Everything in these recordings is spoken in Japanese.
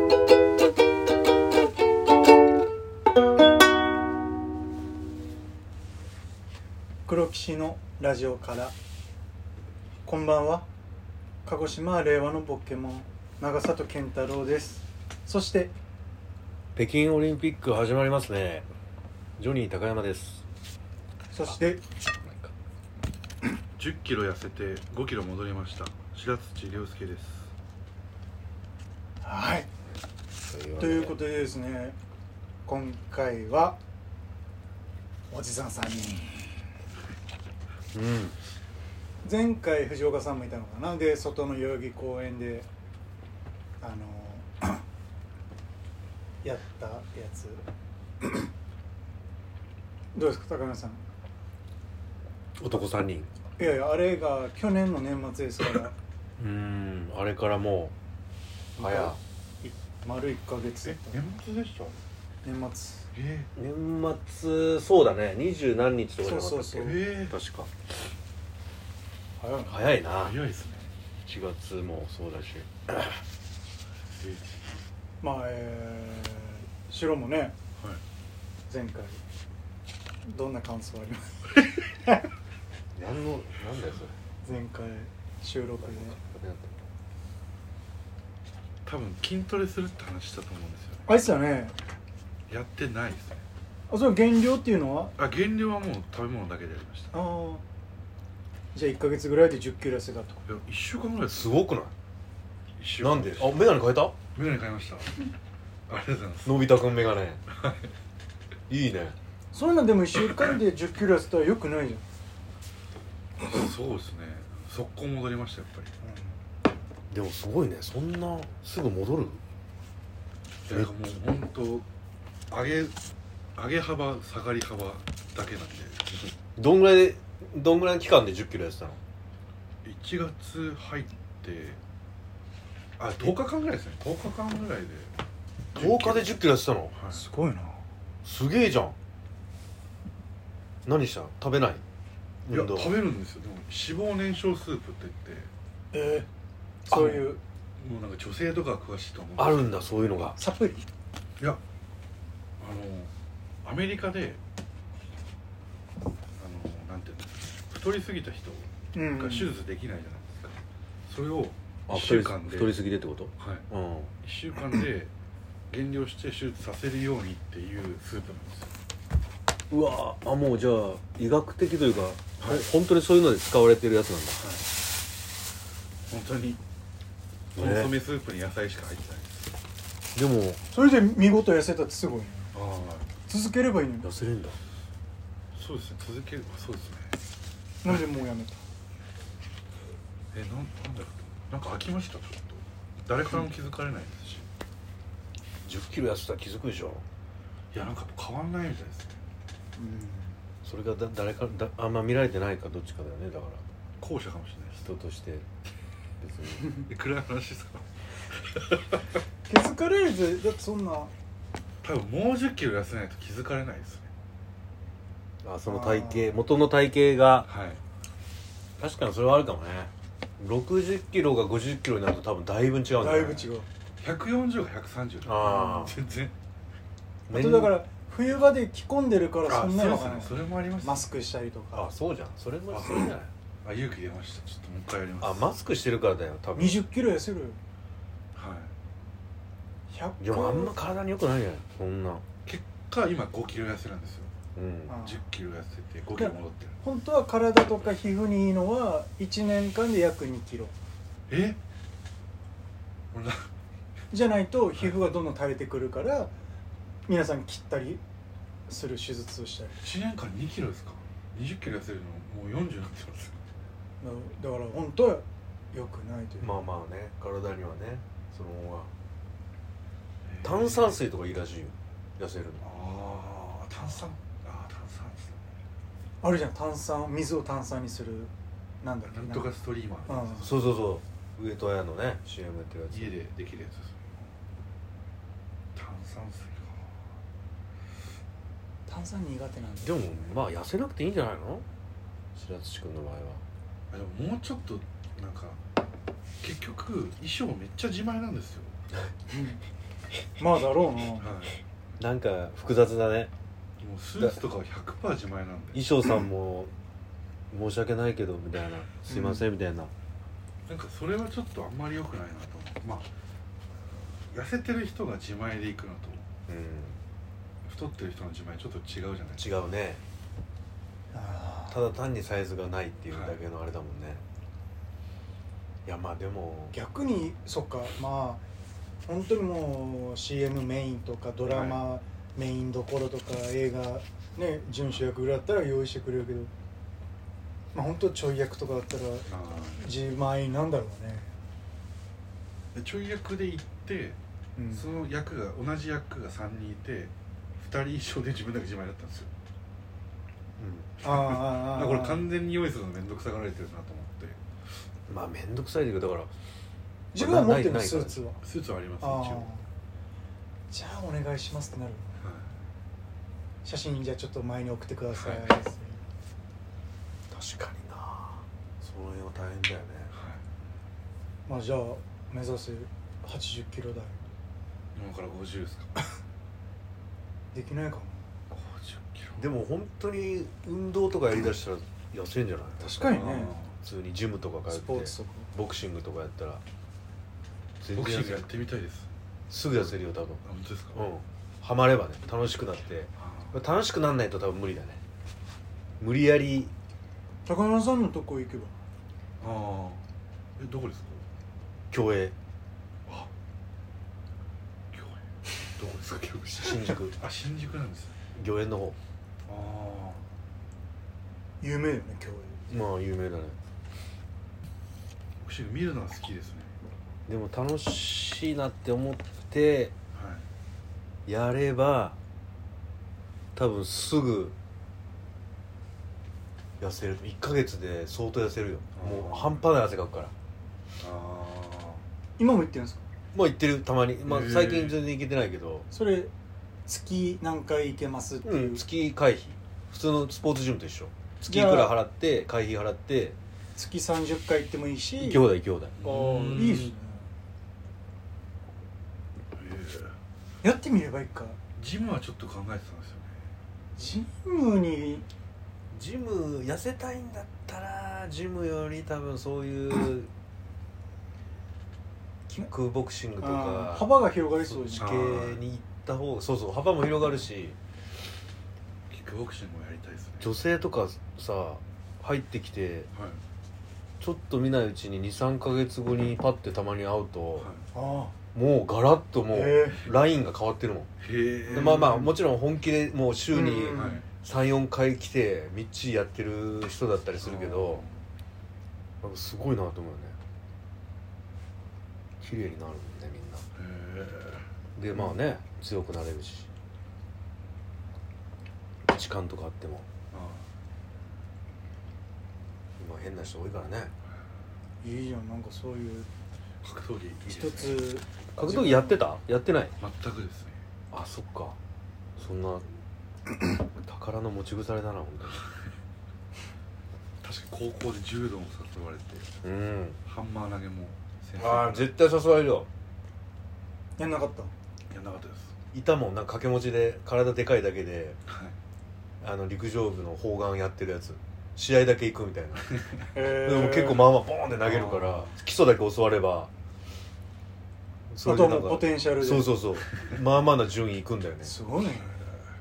黒騎士のラジオから。こんばんは。鹿児島令和のポケモン長里健太郎です。そして北京オリンピック始まりますね。ジョニー高山です。 そして 10キロ痩せて5キロ戻りました白土亮介です。 はい、ということでですね、今回はおじさん3人、前回藤岡さんもいたのかな。で外の代々木公園でやったやつどうですか高山さん。 男3人。 いやいや、あれが去年の年末ですからあれからもう丸1ヶ月。 年末でした。 年末年末、そうだね、20何日とかじゃなかったっけ。 そう確か早いな。 早いな。 早いですね。 4月もそうだしまあ白もね、 はい、 前回どんな感想ありますなんだよそれ。 前回収録で多分筋トレするって話したと思うんですよね。 あいつはね、 やってないですね。 あ、それ減量っていうのは減量はもう食べ物だけでやりました。 じゃあ1ヶ月ぐらいで10キロ痩せたと。 いや1週間ぐらいすごくない？なんで？ あ、 メガネ変えた？ メガネ買いましたありがとうございます。 のび太くんメガネいいね。 そんなでも1週間で10キロ痩せたらよくないじそうですね、速攻戻りましたやっぱり、 でもすごいね、そんなすぐ戻る？ いやもう本当上げ幅下がり幅だけなんで。 どんぐらいの期間で10キロ痩せたの 1月入って10日間ぐらいですね。10日間ぐらいで 10日で10キロ痩せたの？ はい、 すごいな。 すげえじゃん。何したの？食べない？ いや食べるんですよ。でも脂肪燃焼スープって言ってそういうもうなんか女性とか詳しいと思うあるんだ、そういうのが。 サプリ。 いやアメリカでなんていうんですか、太りすぎた人が手術できないじゃないですか、それを1週間で太りすぎでってこと？ はい、1週間で減量して手術させるようにっていうスープなんですよ。 うわー、もうじゃあ医学的というか、本当にそういうので使われてるやつなんだ。 本当にコンソメスープに野菜しか入ってないです。 でもそれで見事痩せたってすごいね。続ければいいのに。 痩せれんだ。 そうですね、続ける。そうですね。 なんでもうやめた？ なんだろう、なんか飽きました。ちょっと誰からも気づかれないですし、 10キロ痩せたら気づくでしょ。 いやなんか変わんないみたいですね。 それが誰かあんま見られてないかどっちかだよね。だから後者かもしれないです。 人として別に暗い話ですか。 気づかれるぜ。だってそんな多分もう10キロ痩せないと気づかれないですね。 その体型、元の体型が、 はい、 確かにそれはあるかもね。60キロが50キロになると多分だいぶ違うんだよね。 だいぶ違う。 140が130全然。 あとだから冬場で着込んでるからそんなのかな、 それもあります、ね、 マスクしたりとか。 そうじゃん。それもそれじゃない。 勇気出ました。ちょっともう一回やります。 マスクしてるからだよ多分。 20キロ痩せる。 はい。 100 でもあんま体に良くないじゃないそんな。 結果今5キロ痩せなんですよ。10キロ痩せて5キロ戻ってる。 本当は体とか皮膚にいいのは1年間で約2キロじゃないと皮膚がどんどん垂れてくるから、皆さん切ったりする手術をしたり。 1年間2キロですか。20キロ痩せるのもう40になってますよ。 だから本当は良くないという。 まあね、体にはね。そのまま炭酸水とかいいらしいよ、痩せるの。 炭酸あるじゃん、水を炭酸にするなんだっけ、 なんとかストリーマー、 そう上戸彩のね CM やってるやつ。 家でできるやつです。炭酸水か。 炭酸苦手なんだ。 でもまあ痩せなくていいんじゃないの、白土君の場合は。 でももうちょっとなんか結局衣装めっちゃ自前なんですよまあだろうな。 はい、 なんか複雑だね。 もうスーツとかは 100% 自前なんで、 衣装さんも申し訳ないけどみたいな、すいませんみたいな、 なんかそれはちょっとあんまり良くないなと思う。まあ痩せてる人が自前で行くのと太ってる人の自前ちょっと違うじゃないですか。 違うね。 あただ単にサイズがないっていうだけのあれだもんね、いやまあでも逆にそっか、まあ本当にもう CM メインとかドラマメインどころとか映画ね準主役ぐらいだったら用意してくれるけど、まあ本当ちょい役とかだったら自前なんだろうね。 でちょい役で行って、その役が同じ役が3人いて2人一緒で自分だけ自前だったんですよ。 ああこれ完全に用意するのめんどくさがられてるなと思って。 まあめんどくさいけど、だから自分は持ってるのないスーツは。 スーツはあります一応。 じゃあお願いしますってなる。写真じゃあちょっと前に送ってください、 確かにな、その辺は大変だよね。 まあじゃあ目指せ80キロ台。 今から50ですか。 できないかも。 50キロでも本当に運動とかやりだしたら痩せんじゃない？ 確かにね。 普通にジムとか通スってポーツとかボクシングとかやったら全ボクシングやっ然痩せる。 てみたいです。 すぐ痩せるよ多分。 本当ですか。 ハマればね、楽しくなって。楽しくなんないと多分無理だね。無理やり高山さんのとこ行けば。 どこですか。 競泳どこですか。 新宿新宿なんですね。 御苑の方。 有名よね競泳。 まあ有名だね。 ボクシング見るのは好きですね。 でも楽しいなって思ってはいやれば多分すぐ痩せる。1ヶ月で相当痩せるよ。もう半端ない汗かくから。 今も行ってるんですか。 もう行ってる、たまに。まあ最近全然行けてないけど。 それ月何回行けますっていう、 月会費、普通のスポーツジムと一緒。月いくら払って会費払って、 月30回行ってもいいし。 兄弟兄弟。 いいですね。やってみればいいか。 ジムはちょっと考えてたんですよね。 ジムにジム痩せたいんだったらジムより多分そういうキックボクシングとか幅が広がりそうですそっち系に行った方が、そうそう、幅も広がるし、 キックボクシングもやりたいですね。 女性とかさ入ってきてはいちょっと見ないうちに 2,3 ヶ月後にパッてたまに会うと、 はもうガラッともうラインが変わってるもん。 へえ。 でまあもちろん本気でもう週にうんはい 3,4 回来てみっちりやってる人だったりするけど、なんかすごいなと思うよね。綺麗になるもんねみんな。 へでまあね、強くなれるし、時間とかあっても今変な人多いからね。 いいじゃん、なんかそういう格闘技いいです一ね。 つ格闘技やってた？やってない？ 全くですね。 あ、そっか。そんな宝の持ち腐れだな本確かに高校で柔道も誘われて、 当に。 ハンマー投げも先生ああ絶対誘われるよ。 やんなかった。 やんなかったです。 いたもん、なんか掛け持ちで体でかいだけではい陸上部の砲丸やってるやつ、試合だけ行くみたいな。でも結構ままあまあボーンって投げるから基礎だけ教わればそあとはもうポテンシャルで。 そうそうそうまあまあな順位いくんだよね。 すごいね。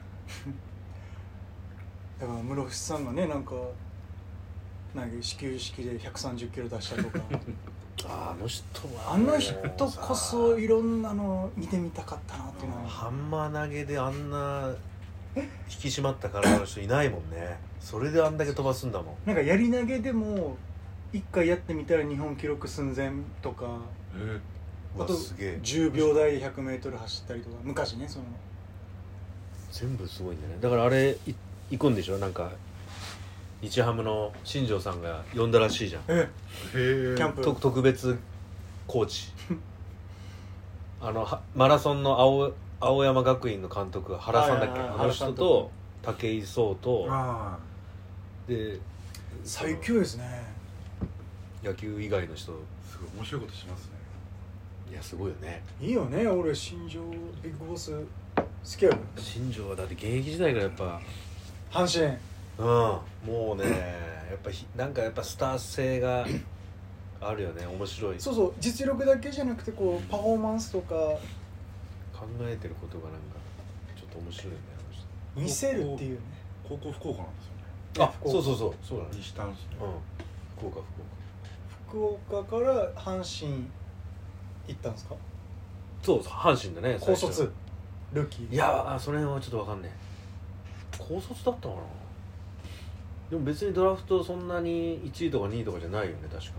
だから室伏さんがね、なんか始球式で130キロ出したとかあの人はあの人こそいろんなの見てみたかったなっていうのは。 ハンマー投げであんな引き締まった体の人いないもんね。それであんだけ飛ばすんだもん。 なんかやり投げでも一回やってみたら日本記録寸前とか、 うわあとすげえ 10秒台で 100m 走ったりとか、昔ね、その全部すごいんだね。だからあれ行くんでしょ、なんか日ハムの新庄さんが呼んだらしいじゃん。 へキャンプ特別コーチマラソンの青山学院の監督が原さんだっけ、 はいはいはいあの人と武井壮とあで最強ですね。 野球以外の人、 すごい面白いことしますね。 いやすごいよね。 いいよね。俺新庄ビッグボス好きやもん。 新庄はだって現役時代からやっぱ阪神もうねやっぱなんかやっぱスター性があるよね。面白い。 そうそう、実力だけじゃなくてこうパフォーマンスとか考えてることがなんかちょっと面白いねあの人。 見せるっていうね。 高校福岡なんですよね。 あ、そうそうそうそうだね。 西丹ですね。 福岡福岡から阪神行ったんですか？ そう阪神だね。 高卒ルーキー。 いやその辺はちょっとわかんねえ。高卒だったかな。でも別にドラフトそんなに1位とか2位とかじゃないよね確か。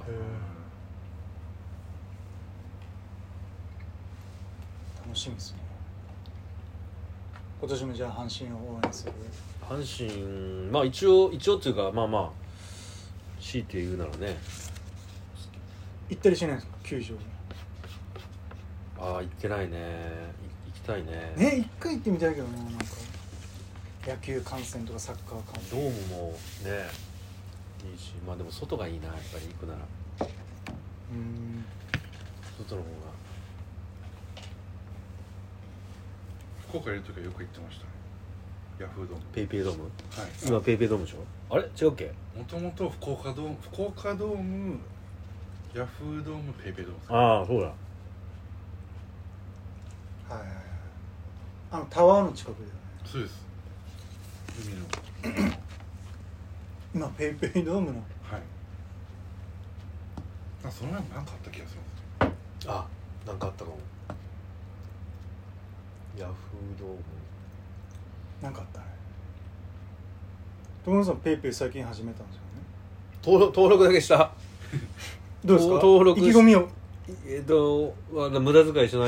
楽しみですね。今年もじゃあ阪神を応援する。 阪神まあ一応っていうかまあまあ強いて言うならね。 行ったりしないんですか球場に？ 行ってないね。行きたいね。 ね、一回行ってみたいけどな。なんか野球観戦とかサッカー観戦。 ドームもねいいし、まあでも外がいいなやっぱり行くなら。外の方が。 福岡いる時はよく行ってましたね。ヤフードーム。 ペイペイドーム。 はい。 今ペイペイドームでしょ。あれ違うっけ？ もともと福岡ドーム、ヤフードーム、ペイペイドームです。 ああそうだ。 はいはいはい。タワーの近くだよね。 そうです。海の。 今ペイペイドームの。 はい。その前も何かあった気がするんですよ。 なんかあったかも。ヤフードームなんかあったね。友野さんペイペイ最近始めたんですよね。 登録だけした。 どうですか？ 登録意気込みを。 無駄遣いしない